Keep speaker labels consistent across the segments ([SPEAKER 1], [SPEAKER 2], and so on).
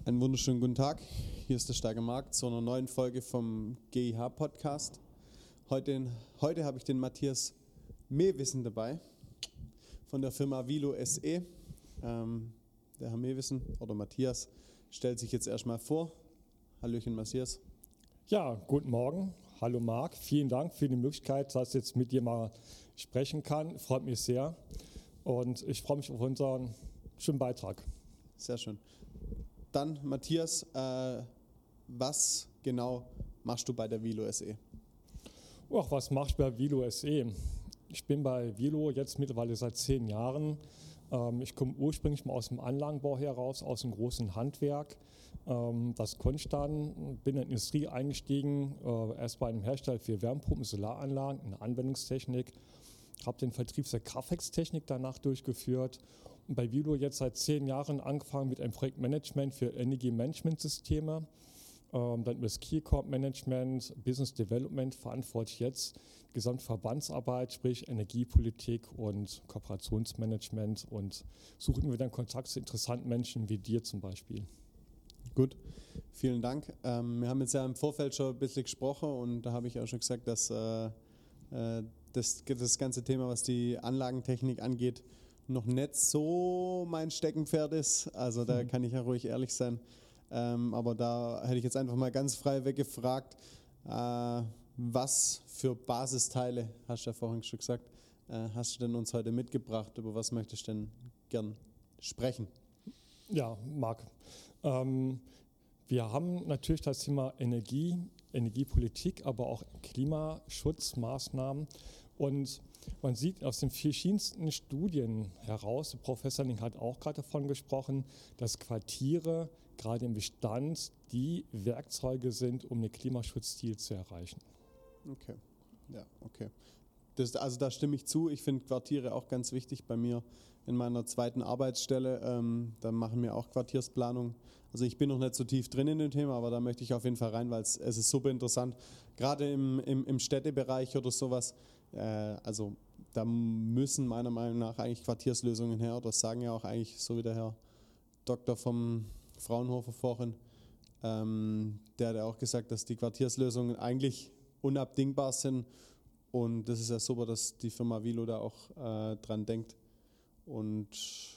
[SPEAKER 1] Einen wunderschönen guten Tag. Hier ist der Steiger Marc zu einer neuen Folge vom GIH-Podcast. Heute habe ich den Matthias Mewissen dabei von der Firma Vilo SE. Der Herr Mewissen oder Matthias stellt sich jetzt erstmal vor. Hallöchen Matthias.
[SPEAKER 2] Ja, guten Morgen. Hallo Marc. Vielen Dank für die Möglichkeit, dass ich jetzt mit dir mal sprechen kann. Freut mich sehr und ich freue mich auf unseren schönen Beitrag.
[SPEAKER 1] Sehr schön. Dann Matthias, was genau machst du bei der Vilo SE?
[SPEAKER 2] Was mache ich bei Vilo SE? Ich bin bei Vilo jetzt mittlerweile seit 10 Jahren. Ich komme ursprünglich mal aus dem Anlagenbau heraus, aus dem großen Handwerk. Das konnte ich dann, bin in die Industrie eingestiegen, erst bei einem Hersteller für Wärmepumpen, Solaranlagen, in der Anwendungstechnik. Habe den Vertrieb der Kraftwerkstechnik danach durchgeführt. Und bei Vilo jetzt seit 10 Jahren angefangen mit einem Projektmanagement für Energiemanagementsysteme. Dann über das Key Account Management, Business Development verantworte ich jetzt Gesamtverbandsarbeit, sprich Energiepolitik und Kooperationsmanagement und suche immer wieder einen Kontakt zu interessanten Menschen wie dir zum Beispiel.
[SPEAKER 1] Gut, vielen Dank. Wir haben jetzt ja im Vorfeld schon ein bisschen gesprochen und da habe ich auch schon gesagt, dass das ganze Thema, was die Anlagentechnik angeht, noch nicht so mein Steckenpferd ist. Also da kann ich ja ruhig ehrlich sein. Aber da hätte ich jetzt einfach mal ganz frei weggefragt, was für Basisteile, hast du ja vorhin schon gesagt, hast du denn uns heute mitgebracht? Über was möchtest du denn gern sprechen?
[SPEAKER 2] Ja, Marc. Wir haben natürlich das Thema Energiepolitik, aber auch Klimaschutzmaßnahmen. Und man sieht aus den verschiedensten Studien heraus, der Professor Link hat auch gerade davon gesprochen, dass Quartiere gerade im Bestand die Werkzeuge sind, um ein Klimaschutzziel zu erreichen.
[SPEAKER 1] Okay, ja, okay. Also da stimme ich zu. Ich finde Quartiere auch ganz wichtig bei mir in meiner zweiten Arbeitsstelle. Da machen wir auch Quartiersplanung. Also ich bin noch nicht so tief drin in dem Thema, aber da möchte ich auf jeden Fall rein, weil es ist super interessant. Gerade im Städtebereich oder sowas. Also da müssen meiner Meinung nach eigentlich Quartierslösungen her. Das sagen ja auch eigentlich, so wie der Herr Doktor vom Fraunhofer vorhin, der hat ja auch gesagt, dass die Quartierslösungen eigentlich unabdingbar sind. Und das ist ja super, dass die Firma Vilo da auch dran denkt. Und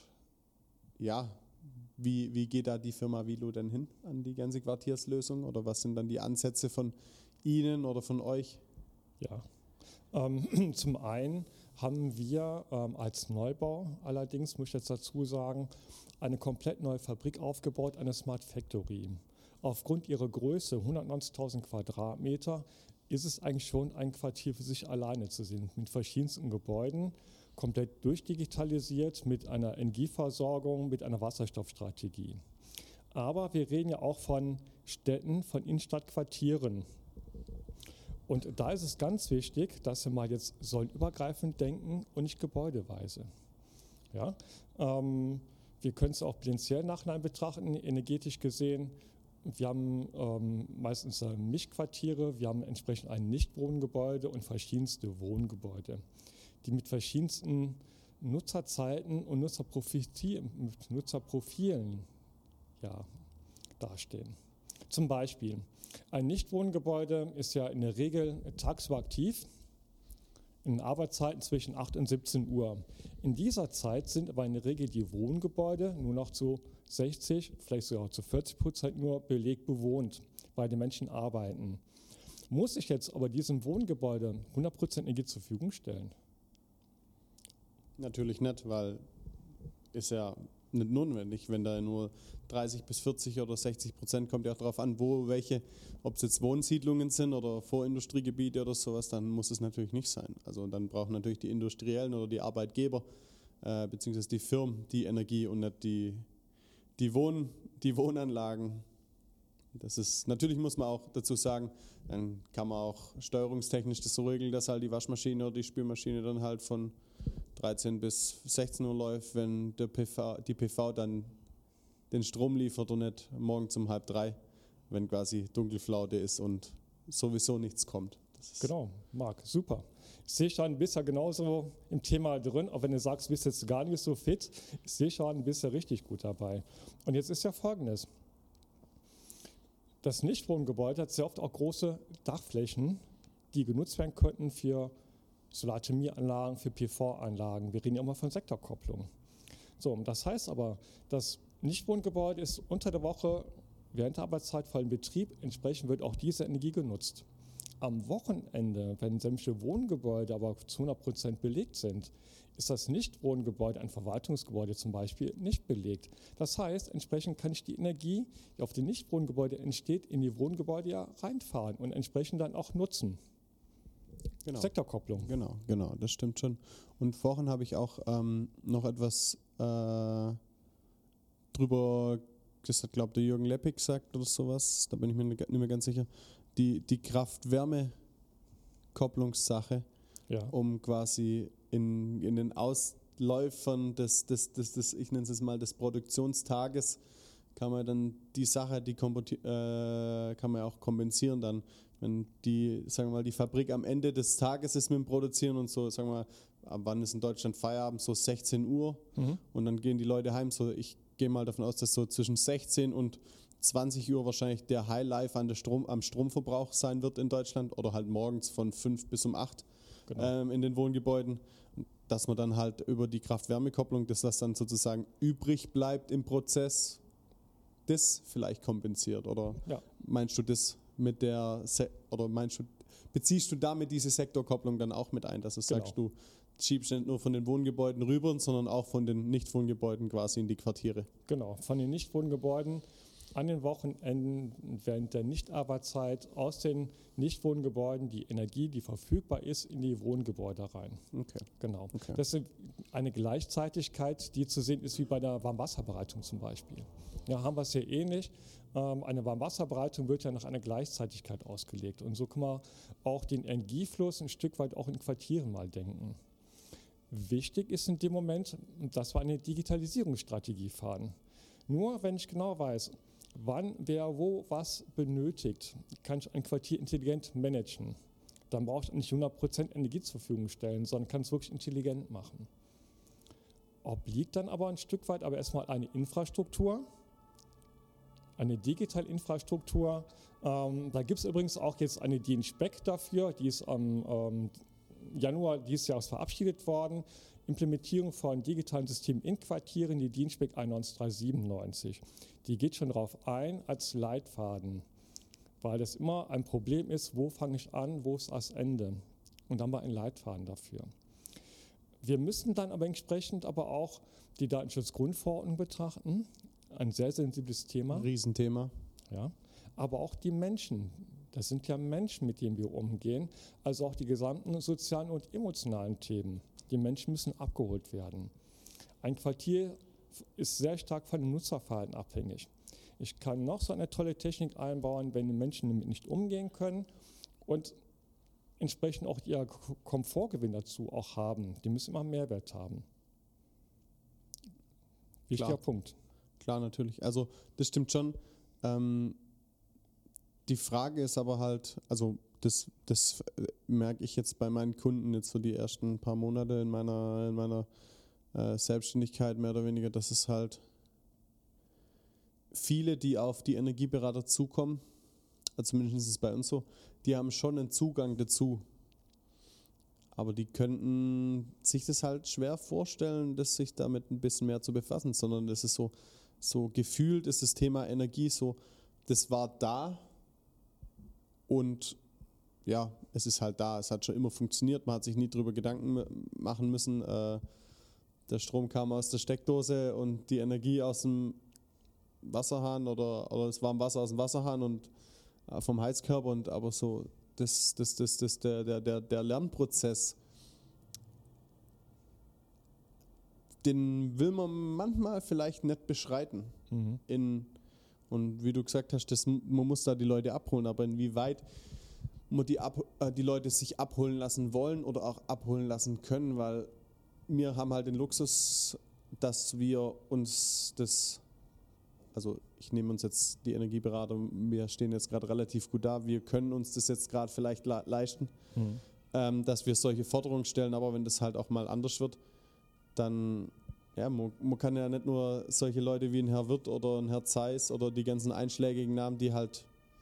[SPEAKER 1] ja, wie geht da die Firma Vilo denn hin an die ganze Quartierslösung? Oder was sind dann die Ansätze von Ihnen oder von euch?
[SPEAKER 2] Ja, zum einen haben wir als Neubau, allerdings muss ich jetzt dazu sagen, eine komplett neue Fabrik aufgebaut, eine Smart Factory. Aufgrund ihrer Größe, 190.000 Quadratmeter, ist es eigentlich schon ein Quartier für sich alleine zu sehen, mit verschiedensten Gebäuden, komplett durchdigitalisiert, mit einer Energieversorgung, mit einer Wasserstoffstrategie. Aber wir reden ja auch von Städten, von Innenstadtquartieren. Und da ist es ganz wichtig, dass wir mal jetzt säulenübergreifend denken und nicht gebäudeweise. Ja? Wir können es auch bilanziell nachhinein betrachten, energetisch gesehen. Wir haben meistens Mischquartiere, wir haben entsprechend ein Nichtwohngebäude und verschiedenste Wohngebäude, die mit verschiedensten Nutzerzeiten und Nutzerprofilen dastehen. Zum Beispiel, ein Nichtwohngebäude ist ja in der Regel tagsüber aktiv, in Arbeitszeiten zwischen 8 und 17 Uhr. In dieser Zeit sind aber in der Regel die Wohngebäude nur noch zu 60, vielleicht sogar zu 40% nur belegt bewohnt, weil die Menschen arbeiten. Muss ich jetzt aber diesem Wohngebäude 100% Energie zur Verfügung stellen?
[SPEAKER 1] Natürlich nicht, weil ist ja nicht notwendig, wenn da nur 30 bis 40 oder 60%, kommt ja auch darauf an, ob es jetzt Wohnsiedlungen sind oder Vorindustriegebiete oder sowas, dann muss es natürlich nicht sein. Also dann brauchen natürlich die Industriellen oder die Arbeitgeber beziehungsweise die Firmen die Energie und nicht die Wohnanlagen. Das ist, natürlich muss man auch dazu sagen, dann kann man auch steuerungstechnisch das so regeln, dass halt die Waschmaschine oder die Spülmaschine dann halt von 13 bis 16 Uhr läuft, wenn die PV dann den Strom liefert und nicht morgens um 2:30, wenn quasi Dunkelflaute ist und sowieso nichts kommt.
[SPEAKER 2] Genau, Marc, super. Ich sehe schon, du bist ja genauso im Thema drin, auch wenn du sagst, du bist jetzt gar nicht so fit. Ich sehe schon, du bist ja richtig gut dabei. Und jetzt ist ja Folgendes. Das Nichtwohngebäude hat sehr oft auch große Dachflächen, die genutzt werden könnten für Solarthermieanlagen, für PV-Anlagen. Wir reden ja immer von Sektorkopplung. So, das heißt aber, das Nichtwohngebäude ist unter der Woche während der Arbeitszeit voll in Betrieb, entsprechend wird auch diese Energie genutzt. Am Wochenende, wenn sämtliche Wohngebäude aber zu 100% belegt sind, ist das Nichtwohngebäude, ein Verwaltungsgebäude zum Beispiel, nicht belegt. Das heißt, entsprechend kann ich die Energie, die auf dem Nichtwohngebäude entsteht, in die Wohngebäude ja reinfahren und entsprechend dann auch nutzen.
[SPEAKER 1] Genau.
[SPEAKER 2] Sektorkopplung.
[SPEAKER 1] Genau, das stimmt schon. Und vorhin habe ich auch noch etwas drüber, das hat, glaube ich, der Jürgen Leppig gesagt oder sowas, da bin ich mir nicht mehr ganz sicher, die Kraft-Wärme-Kopplungssache,
[SPEAKER 2] Ja.
[SPEAKER 1] um quasi in den Ausläufern des, ich nenne es jetzt mal, des Produktionstages, kann man dann die Sache, kann man auch kompensieren dann, wenn die, sagen wir mal, die Fabrik am Ende des Tages ist mit dem Produzieren und so, sagen wir mal, ab wann ist in Deutschland Feierabend, so 16 Uhr und dann gehen die Leute heim, so ich gehe mal davon aus, dass so zwischen 16 und 20 Uhr wahrscheinlich der Highlife am Stromverbrauch sein wird in Deutschland oder halt morgens von 5 bis um 8 in den Wohngebäuden, dass man dann halt über die Kraft-Wärme-Kopplung, dass das dann sozusagen übrig bleibt im Prozess, das vielleicht kompensiert oder meinst du das mit beziehst du damit diese Sektorkopplung dann auch mit ein, dass du sagst, du schiebst nicht nur von den Wohngebäuden rüber, sondern auch von den Nichtwohngebäuden quasi in die Quartiere?
[SPEAKER 2] Genau, von den Nichtwohngebäuden an den Wochenenden während der Nichtarbeitszeit aus den Nichtwohngebäuden die Energie, die verfügbar ist, in die Wohngebäude rein.
[SPEAKER 1] Okay.
[SPEAKER 2] Genau.
[SPEAKER 1] Okay.
[SPEAKER 2] Das ist eine Gleichzeitigkeit, die zu sehen ist wie bei der Warmwasserbereitung zum Beispiel. Ja, haben wir es hier ähnlich. Eine Warmwasserbereitung wird ja nach einer Gleichzeitigkeit ausgelegt. Und so kann man auch den Energiefluss ein Stück weit auch in Quartieren mal denken. Wichtig ist in dem Moment, dass wir eine Digitalisierungsstrategie fahren. Nur wenn ich genau weiß, wann, wer, wo, was benötigt, kann ich ein Quartier intelligent managen. Dann brauche ich nicht 100% Energie zur Verfügung stellen, sondern kann es wirklich intelligent machen. Obliegt dann aber ein Stück weit aber erstmal eine Infrastruktur, eine digitale Infrastruktur. Da gibt es übrigens auch jetzt eine DIN-Spec dafür, die ist am Januar dieses Jahres verabschiedet worden. Implementierung von digitalen Systemen in Quartieren, die DIN-Spec 19397. Die geht schon darauf ein als Leitfaden, weil das immer ein Problem ist, wo fange ich an, wo ist das Ende. Und dann haben wir einen Leitfaden dafür. Wir müssen dann aber entsprechend aber auch die Datenschutzgrundverordnung betrachten. Ein sehr sensibles Thema.
[SPEAKER 1] Riesenthema.
[SPEAKER 2] Ja, aber auch die Menschen. Das sind ja Menschen, mit denen wir umgehen. Also auch die gesamten sozialen und emotionalen Themen. Die Menschen müssen abgeholt werden. Ein Quartier ist sehr stark von dem Nutzerverhalten abhängig. Ich kann noch so eine tolle Technik einbauen, wenn die Menschen damit nicht umgehen können und entsprechend auch ihr Komfortgewinn dazu auch haben. Die müssen immer Mehrwert haben. Wichtiger Punkt.
[SPEAKER 1] Klar, natürlich. Also das stimmt schon. Die Frage ist aber halt, also das merke ich jetzt bei meinen Kunden jetzt so die ersten paar Monate in meiner Selbstständigkeit mehr oder weniger, dass es halt viele, die auf die Energieberater zukommen, also zumindest ist es bei uns so, die haben schon einen Zugang dazu. Aber die könnten sich das halt schwer vorstellen, das sich damit ein bisschen mehr zu befassen, sondern das ist so gefühlt ist das Thema Energie so, das war da und ja, es ist halt da, es hat schon immer funktioniert, man hat sich nie drüber Gedanken machen müssen, der Strom kam aus der Steckdose und die Energie aus dem Wasserhahn oder das warme Wasser aus dem Wasserhahn und vom Heizkörper und aber so der Lernprozess, den will man manchmal vielleicht nicht beschreiten. Und wie du gesagt hast, man muss da die Leute abholen, aber inwieweit man die Leute sich abholen lassen wollen oder auch abholen lassen können, weil wir haben halt den Luxus, dass wir uns also ich nehme uns jetzt die Energieberater, wir stehen jetzt gerade relativ gut da, wir können uns das jetzt gerade vielleicht leisten, dass wir solche Forderungen stellen, aber wenn das halt auch mal anders wird, dann, ja, man kann ja nicht nur solche Leute wie ein Herr Wirth oder ein Herr Zeiss oder die ganzen einschlägigen Namen, die halt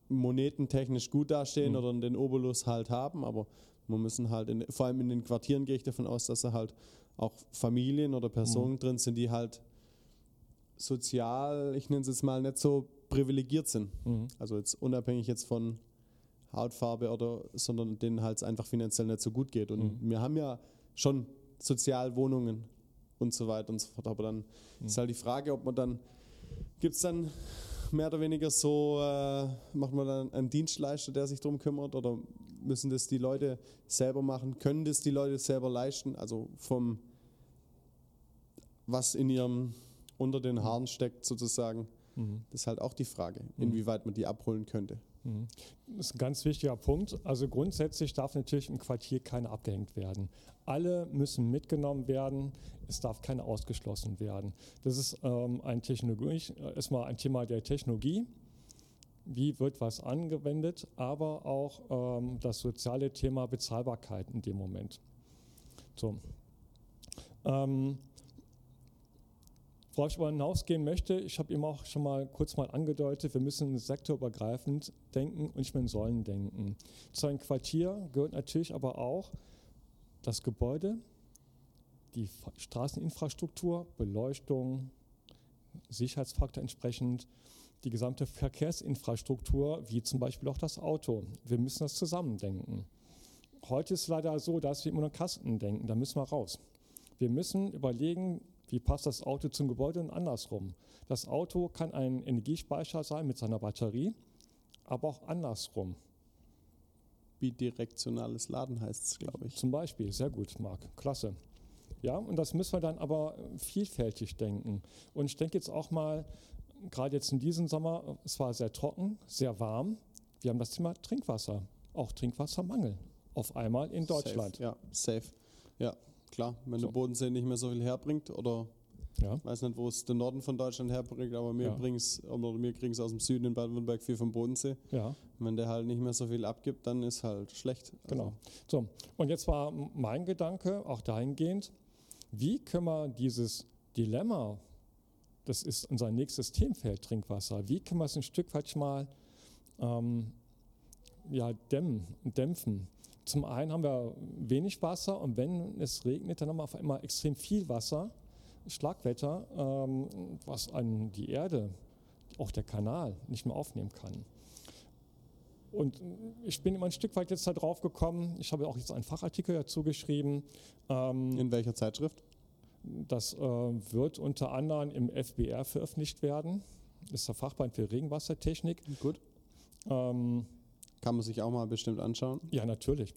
[SPEAKER 1] monetentechnisch gut dastehen oder den Obolus halt haben, aber wir müssen halt, vor allem in den Quartieren gehe ich davon aus, dass da halt auch Familien oder Personen drin sind, die halt sozial, ich nenne es jetzt mal, nicht so privilegiert sind. Also jetzt unabhängig jetzt von Hautfarbe sondern denen halt einfach finanziell nicht so gut geht. Und wir haben ja schon Sozialwohnungen und so weiter und so fort. Aber dann ist halt die Frage, ob man dann, gibt es dann mehr oder weniger so, macht man dann einen Dienstleister, der sich darum kümmert, oder müssen das die Leute selber machen? Können das die Leute selber leisten? Also was in ihrem unter den Haaren steckt sozusagen, das ist halt auch die Frage, inwieweit man die abholen könnte.
[SPEAKER 2] Das ist ein ganz wichtiger Punkt. Also grundsätzlich darf natürlich im Quartier keiner abgehängt werden. Alle müssen mitgenommen werden. Es darf keiner ausgeschlossen werden. Das ist erstmal ein Thema der Technologie. Wie wird was angewendet, aber auch das soziale Thema Bezahlbarkeit in dem Moment. So. Worauf ich aber hinausgehen möchte, ich habe eben auch schon mal kurz angedeutet, wir müssen sektorübergreifend denken und nicht mehr in Säulen denken. Zu einem Quartier gehört natürlich aber auch das Gebäude, die Straßeninfrastruktur, Beleuchtung, Sicherheitsfaktor entsprechend, die gesamte Verkehrsinfrastruktur, wie zum Beispiel auch das Auto. Wir müssen das zusammendenken. Heute ist es leider so, dass wir immer nur Kasten denken, da müssen wir raus. Wir müssen überlegen, wie passt das Auto zum Gebäude und andersrum. Das Auto kann ein Energiespeicher sein mit seiner Batterie, aber auch andersrum.
[SPEAKER 1] Bidirektionales Laden heißt es, glaube ich.
[SPEAKER 2] Zum Beispiel, sehr gut, Marc, klasse. Ja, und das müssen wir dann aber vielfältig denken. Und ich denke jetzt auch mal, gerade jetzt in diesem Sommer, es war sehr trocken, sehr warm. Wir haben das Thema Trinkwasser, auch Trinkwassermangel auf einmal in Deutschland.
[SPEAKER 1] Safe. Ja, klar, wenn der Bodensee nicht mehr so viel herbringt oder ich weiß nicht, wo es der Norden von Deutschland herbringt, aber wir kriegen es aus dem Süden in Baden-Württemberg viel vom Bodensee. Ja. Wenn der halt nicht mehr so viel abgibt, dann ist halt schlecht.
[SPEAKER 2] Genau. So, und jetzt war mein Gedanke auch dahingehend, wie können wir dieses Dilemma, das ist unser nächstes Themenfeld Trinkwasser, wie können wir es ein Stück weit mal dämpfen? Zum einen haben wir wenig Wasser und wenn es regnet, dann haben wir auf einmal extrem viel Wasser, Schlagwetter, was an die Erde, auch der Kanal, nicht mehr aufnehmen kann. Und ich bin immer ein Stück weit jetzt da drauf gekommen, ich habe auch jetzt einen Fachartikel dazu geschrieben.
[SPEAKER 1] In welcher Zeitschrift?
[SPEAKER 2] Das wird unter anderem im FBR veröffentlicht werden. Das ist der Fachband für Regenwassertechnik.
[SPEAKER 1] Gut. Kann man sich auch mal bestimmt anschauen?
[SPEAKER 2] Ja, natürlich.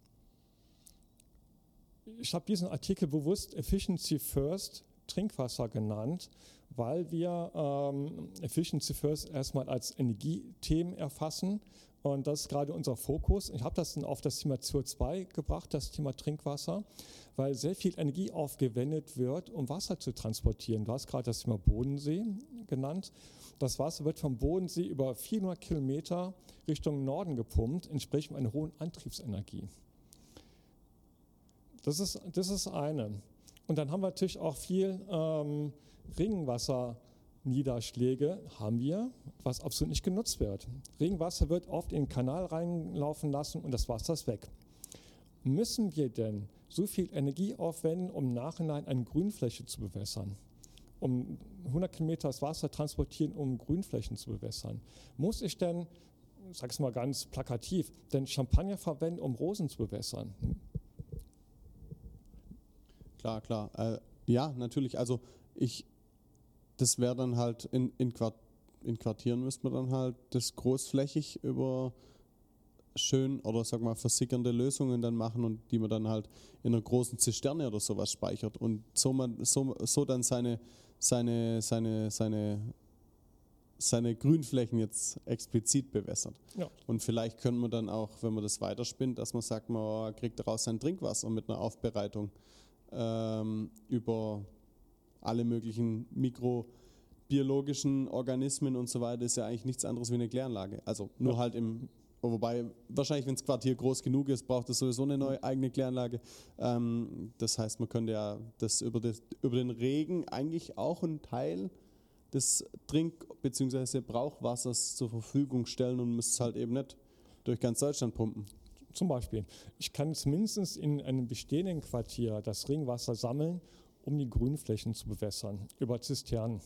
[SPEAKER 2] Ich habe diesen Artikel bewusst Efficiency First Trinkwasser genannt, weil wir Efficiency First erstmal als Energiethemen erfassen. Und das ist gerade unser Fokus. Ich habe das dann auf das Thema CO2 gebracht, das Thema Trinkwasser, weil sehr viel Energie aufgewendet wird, um Wasser zu transportieren. Du hast gerade das Thema Bodensee genannt. Das Wasser wird vom Bodensee über 400 Kilometer Richtung Norden gepumpt, entsprechend einer hohen Antriebsenergie. Das ist eine. Und dann haben wir natürlich auch viel Regenwasserniederschläge, was absolut nicht genutzt wird. Regenwasser wird oft in den Kanal reinlaufen lassen und das Wasser ist weg. Müssen wir denn so viel Energie aufwenden, um im Nachhinein eine Grünfläche zu bewässern? Um 100 Kilometer das Wasser transportieren, um Grünflächen zu bewässern? Muss ich denn, ich sage es mal ganz plakativ, denn Champagner verwenden, um Rosen zu bewässern?
[SPEAKER 1] Klar. Ja, natürlich. Also das wäre dann halt in Quartieren müsste man dann halt das großflächig über schön oder sag mal versickernde Lösungen dann machen und die man dann halt in einer großen Zisterne oder sowas speichert und so dann seine Grünflächen jetzt explizit bewässert. Ja. Und vielleicht können wir dann auch, wenn man das weiterspinnt, dass man sagt, man kriegt daraus sein Trinkwasser mit einer Aufbereitung über alle möglichen mikrobiologischen Organismen und so weiter, ist ja eigentlich nichts anderes wie eine Kläranlage. Also nur halt wobei wahrscheinlich, wenn das Quartier groß genug ist, braucht es sowieso eine neue eigene Kläranlage. Das heißt, man könnte ja das über den Regen eigentlich auch einen Teil des Trink- bzw. Brauchwassers zur Verfügung stellen und müsst es halt eben nicht durch ganz Deutschland pumpen.
[SPEAKER 2] Zum Beispiel, ich kann zumindest in einem bestehenden Quartier das Regenwasser sammeln, um die Grünflächen zu bewässern, über Zisternen.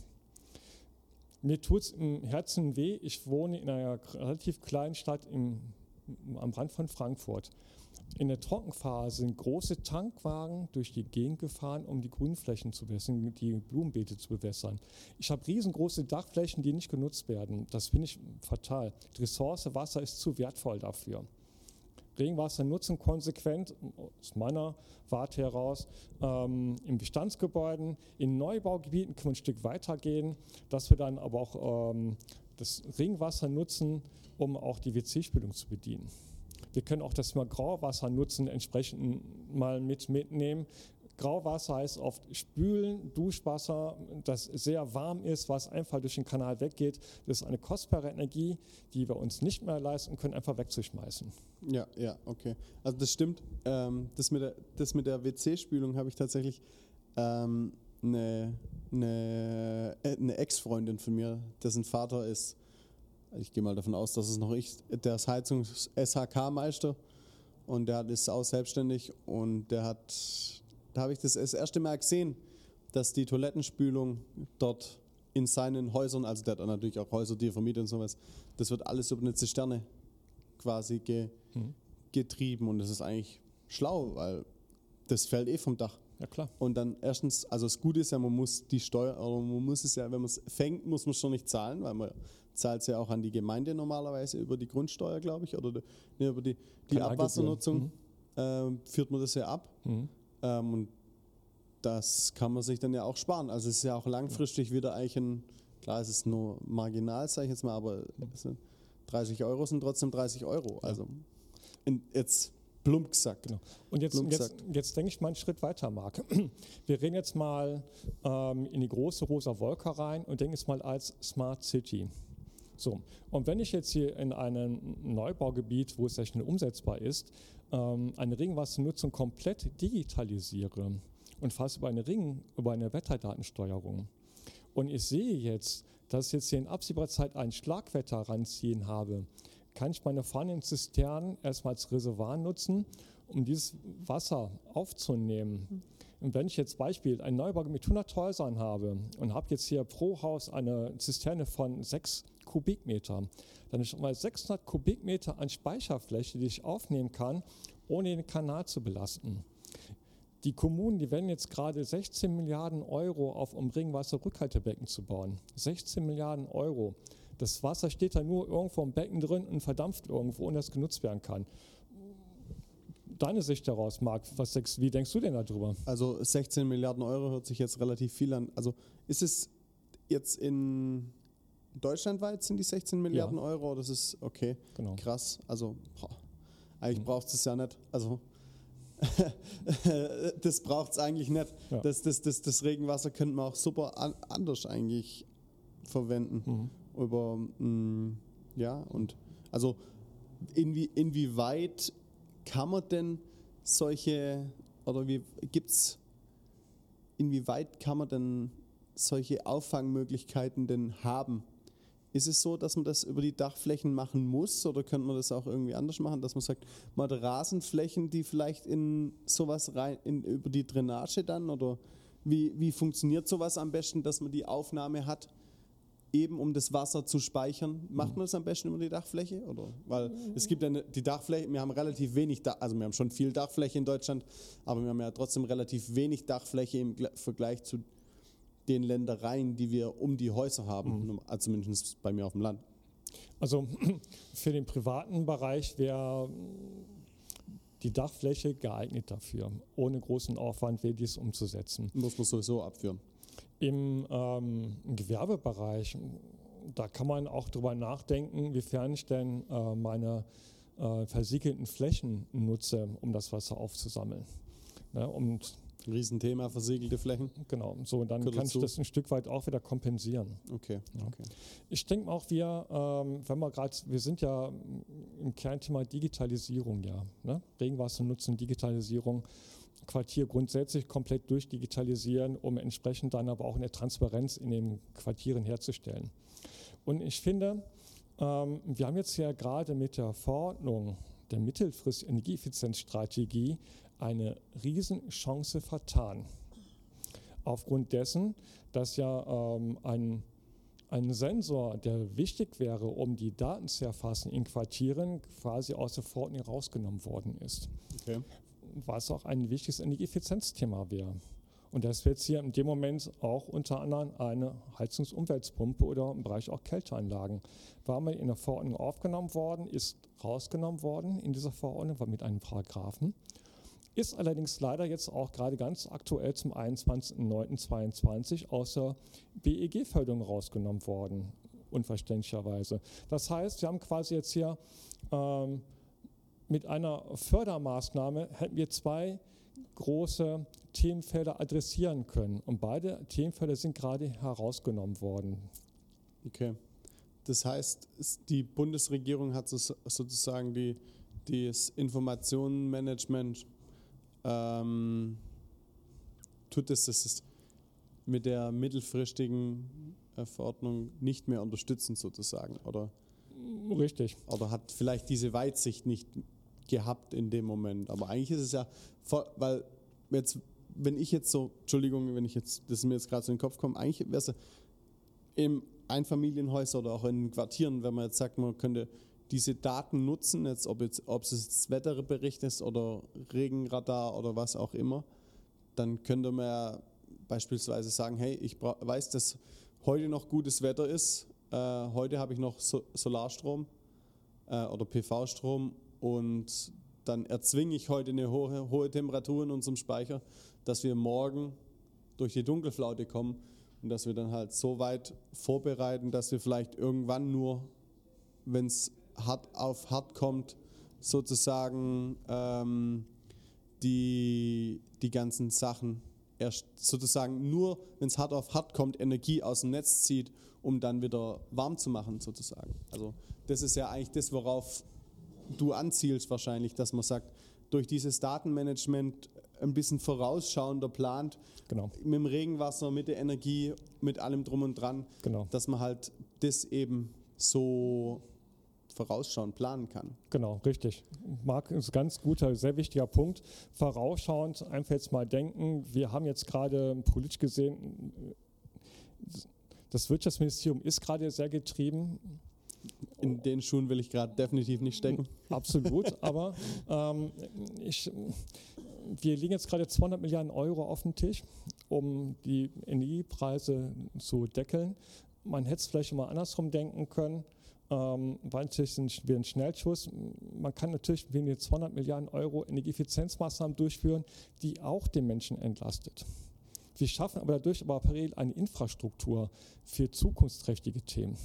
[SPEAKER 2] Mir tut es im Herzen weh, ich wohne in einer relativ kleinen Stadt am Rand von Frankfurt. In der Trockenphase sind große Tankwagen durch die Gegend gefahren, um die Grünflächen zu bewässern, die Blumenbeete zu bewässern. Ich habe riesengroße Dachflächen, die nicht genutzt werden. Das finde ich fatal. Die Ressource Wasser ist zu wertvoll dafür. Regenwasser nutzen konsequent, aus meiner Warte heraus, in Bestandsgebäuden, in Neubaugebieten können wir ein Stück weitergehen, dass wir dann aber auch das Regenwasser nutzen, um auch die WC-Spülung zu bedienen. Wir können auch das Thema Grauwasser nutzen, entsprechend mal mitnehmen. Grauwasser heißt oft Spülen, Duschwasser, das sehr warm ist, was einfach durch den Kanal weggeht. Das ist eine kostbare Energie, die wir uns nicht mehr leisten können, einfach wegzuschmeißen.
[SPEAKER 1] Ja, okay. Also das stimmt. Das mit der WC-Spülung habe ich tatsächlich eine Ex-Freundin von mir, dessen Vater ist, ich gehe mal davon aus, dass es noch ist, der ist Heizungs-SHK-Meister und der ist auch selbstständig und da habe ich das erste Mal gesehen, dass die Toilettenspülung dort in seinen Häusern, also der hat natürlich auch Häuser, die er vermietet und sowas, das wird alles über eine Zisterne quasi getrieben und das ist eigentlich schlau, weil das fällt vom Dach.
[SPEAKER 2] Ja, klar.
[SPEAKER 1] Und dann erstens, also das Gute ist ja, man muss die Steuer, oder man muss es ja, wenn man es fängt, muss man es schon nicht zahlen, weil man zahlt es ja auch an die Gemeinde normalerweise über die Grundsteuer, glaube ich, oder über die Abwassernutzung führt man das ja ab. Und das kann man sich dann ja auch sparen. Also es ist ja auch langfristig wieder eigentlich klar, es ist nur marginal, sage ich jetzt mal, aber 30 Euro sind trotzdem 30 Euro. Also jetzt plump gesagt.
[SPEAKER 2] Genau. Und jetzt denke ich mal einen Schritt weiter, Marc. Wir reden jetzt mal in die große rosa Wolke rein und denken jetzt mal als Smart City. So, und wenn ich jetzt hier in einem Neubaugebiet, wo es sehr schnell umsetzbar ist, eine Regenwassernutzung komplett digitalisiere und fast über eine Wetterdatensteuerung. Und ich sehe jetzt, dass ich jetzt hier in absehbarer Zeit ein Schlagwetter ranziehen habe, kann ich meine vorhandenen Zisternen erstmal als Reservoir nutzen, um dieses Wasser aufzunehmen. Und wenn ich jetzt Beispiel einen Neubau mit 100 Häusern habe und habe jetzt hier pro Haus eine Zisterne von 6 Kubikmeter, dann ist schon mal 600 Kubikmeter an Speicherfläche, die ich aufnehmen kann, ohne den Kanal zu belasten. Die Kommunen, die wenden jetzt gerade 16 Milliarden Euro auf, um Regenwasserrückhaltebecken zu bauen. 16 Milliarden Euro. Das Wasser steht da nur irgendwo im Becken drin und verdampft irgendwo, ohne dass es genutzt werden kann. Deine Sicht daraus, Marc, wie denkst du denn darüber?
[SPEAKER 1] Also 16 Milliarden Euro hört sich jetzt relativ viel an. Also ist es jetzt in deutschlandweit sind die 16 Milliarden Euro? Das ist okay, genau. Krass. Also eigentlich braucht es ja nicht. Also das braucht es eigentlich nicht. Ja. Das Regenwasser könnte man auch super anders eigentlich verwenden. Und also inwieweit kann man denn inwieweit kann man denn solche Auffangmöglichkeiten denn haben? Ist es so, dass man das über die Dachflächen machen muss oder könnte man das auch irgendwie anders machen, dass man sagt, man hat Rasenflächen, die vielleicht in sowas rein, über die Drainage dann oder wie funktioniert sowas am besten, dass man die Aufnahme hat, eben um das Wasser zu speichern? Macht man das am besten über die Dachfläche? Oder? Weil es gibt ja die Dachfläche, wir haben relativ wenig, also wir haben schon viel Dachfläche in Deutschland, aber wir haben ja trotzdem relativ wenig Dachfläche im Vergleich zu den Ländereien, die wir um die Häuser haben, also zumindest bei mir auf dem Land.
[SPEAKER 2] Also für den privaten Bereich wäre die Dachfläche geeignet dafür. Ohne großen Aufwand wäre dies umzusetzen.
[SPEAKER 1] Muss man sowieso abführen.
[SPEAKER 2] Im Gewerbebereich, da kann man auch drüber nachdenken, wiefern ich denn meine versiegelten Flächen nutze, um das Wasser aufzusammeln. Ne,
[SPEAKER 1] Riesenthema, versiegelte Flächen.
[SPEAKER 2] Genau, so und dann kann ich das ein Stück weit auch wieder kompensieren.
[SPEAKER 1] Okay.
[SPEAKER 2] Ich denke auch, wir sind ja im Kernthema Digitalisierung, ne? Regenwasser nutzen, Digitalisierung. Quartier grundsätzlich komplett durchdigitalisieren, um entsprechend dann aber auch eine Transparenz in den Quartieren herzustellen. Und ich finde, wir haben jetzt ja gerade mit der Verordnung der mittelfristigen Energieeffizienzstrategie eine Riesenchance vertan. Aufgrund dessen, dass ja ein Sensor, der wichtig wäre, um die Daten zu erfassen in Quartieren, quasi aus der Verordnung rausgenommen worden ist. Okay. Was auch ein wichtiges Energieeffizienzthema wäre. Und das wird jetzt hier in dem Moment auch unter anderem eine Heizungsumweltpumpe oder im Bereich auch Kälteanlagen. War mal in der Verordnung aufgenommen worden, ist rausgenommen worden in dieser Verordnung, war mit einem Paragraphen. Ist allerdings leider jetzt auch gerade ganz aktuell zum 21.09.2022 aus der BEG-Förderung rausgenommen worden, unverständlicherweise. Das heißt, wir haben quasi jetzt hier mit einer Fördermaßnahme hätten wir zwei große Themenfelder adressieren können. Und beide Themenfelder sind gerade herausgenommen worden. Okay.
[SPEAKER 1] Das heißt, die Bundesregierung hat sozusagen das Informationenmanagement tut es mit der mittelfristigen Verordnung nicht mehr unterstützen sozusagen, oder?
[SPEAKER 2] Richtig.
[SPEAKER 1] Oder hat vielleicht diese Weitsicht nicht gehabt in dem Moment. Aber eigentlich ist es ja, weil jetzt, wenn ich jetzt so, Entschuldigung, wenn ich jetzt, das ist mir jetzt gerade so in den Kopf kommt, eigentlich wäre es im Einfamilienhäuser oder auch in Quartieren, wenn man jetzt sagt, man könnte diese Daten nutzen, jetzt, ob es jetzt Wetterbericht ist oder Regenradar oder was auch immer, dann könnte man ja beispielsweise sagen, hey, ich weiß, dass heute noch gutes Wetter ist, heute habe ich noch Solarstrom oder PV-Strom und dann erzwinge ich heute eine hohe Temperatur in unserem Speicher, dass wir morgen durch die Dunkelflaute kommen und dass wir dann halt so weit vorbereiten, dass wir vielleicht irgendwann nur, wenn es hart auf hart kommt, sozusagen die ganzen Sachen erst sozusagen nur, wenn es hart auf hart kommt, Energie aus dem Netz zieht, um dann wieder warm zu machen sozusagen. Also das ist ja eigentlich das, worauf du anzielst wahrscheinlich, dass man sagt, durch dieses Datenmanagement ein bisschen vorausschauender plant, genau, mit dem Regenwasser, mit der Energie, mit allem drum und dran, genau, dass man halt das eben so vorausschauend planen kann.
[SPEAKER 2] Genau, richtig. Marc, ist ein ganz guter, sehr wichtiger Punkt. Vorausschauend einfach jetzt mal denken, wir haben jetzt gerade politisch gesehen, das Wirtschaftsministerium ist gerade sehr getrieben.
[SPEAKER 1] In den Schuhen will ich gerade definitiv nicht stecken.
[SPEAKER 2] Absolut, aber wir legen jetzt gerade 200 Milliarden Euro auf den Tisch, um die Energiepreise zu deckeln. Man hätte es vielleicht mal andersrum denken können. Weil natürlich sind wir ein Schnellschuss. Man kann natürlich wegen 200 Milliarden Euro Energieeffizienzmaßnahmen durchführen, die auch den Menschen entlastet. Wir schaffen aber dadurch aber parallel eine Infrastruktur für zukunftsträchtige Themen.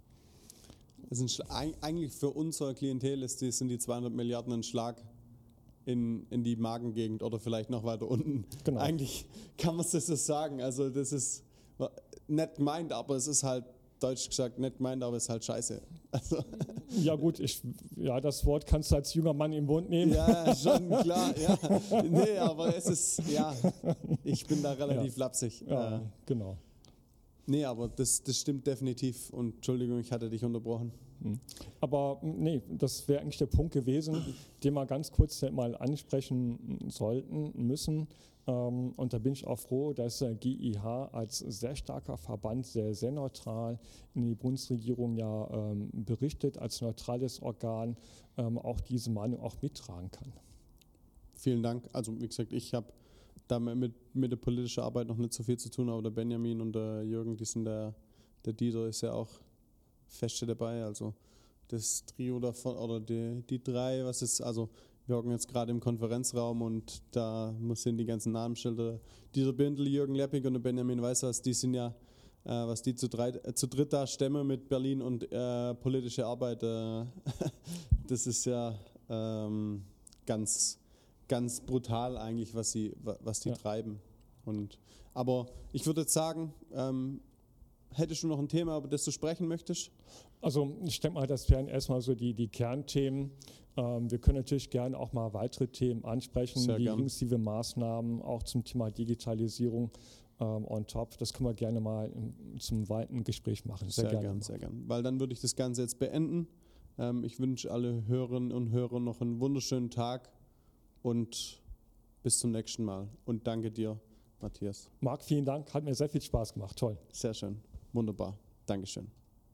[SPEAKER 1] Eigentlich für unser Klientel sind die 200 Milliarden ein Schlag in die Magengegend oder vielleicht noch weiter unten. Genau. Eigentlich kann man das so sagen. Also das ist nett gemeint, aber es ist halt deutsch gesagt nett gemeint, aber es ist halt scheiße. Also.
[SPEAKER 2] Ja gut, das Wort kannst du als junger Mann im Mund nehmen.
[SPEAKER 1] Ja, schon, klar. Ja. Nee, aber es ist, ja, ich bin da relativ lapsig.
[SPEAKER 2] Ja, genau.
[SPEAKER 1] Nee, aber das stimmt definitiv. Und Entschuldigung, ich hatte dich unterbrochen.
[SPEAKER 2] Aber nee, das wäre eigentlich der Punkt gewesen, den wir ganz kurz mal ansprechen müssen. Und da bin ich auch froh, dass der GIH als sehr starker Verband, sehr, sehr neutral in die Bundesregierung ja berichtet, als neutrales Organ auch diese Meinung auch mittragen kann.
[SPEAKER 1] Vielen Dank. Also wie gesagt, ich habe damit mit der politischen Arbeit noch nicht so viel zu tun, aber der Benjamin und der Jürgen, der Dieter ist ja auch feste dabei. Also das Trio davon oder die drei, was ist, also wir hocken jetzt gerade im Konferenzraum und da sind die ganzen Namensschilder. Dieter Bindel, Jürgen Leppig und der Benjamin Weißhaus, die sind ja, was die zu dritt da stemmen mit Berlin und politische Arbeit, das ist ja ganz, ganz brutal eigentlich, was die treiben. Aber ich würde jetzt sagen, hättest du noch ein Thema, über das du sprechen möchtest?
[SPEAKER 2] Also ich denke mal, das wären erstmal so die Kernthemen. Wir können natürlich gerne auch mal weitere Themen ansprechen,
[SPEAKER 1] Sehr
[SPEAKER 2] wie
[SPEAKER 1] gern.
[SPEAKER 2] intensive Maßnahmen, auch zum Thema Digitalisierung on top. Das können wir gerne mal zum weiteren Gespräch machen.
[SPEAKER 1] Sehr gern, sehr gern. Weil dann würde ich das Ganze jetzt beenden. Ich wünsche alle Hörerinnen und Hörern noch einen wunderschönen Tag und bis zum nächsten Mal. Und danke dir, Matthias.
[SPEAKER 2] Marc, vielen Dank. Hat mir sehr viel Spaß gemacht. Toll.
[SPEAKER 1] Sehr schön. Wunderbar. Dankeschön.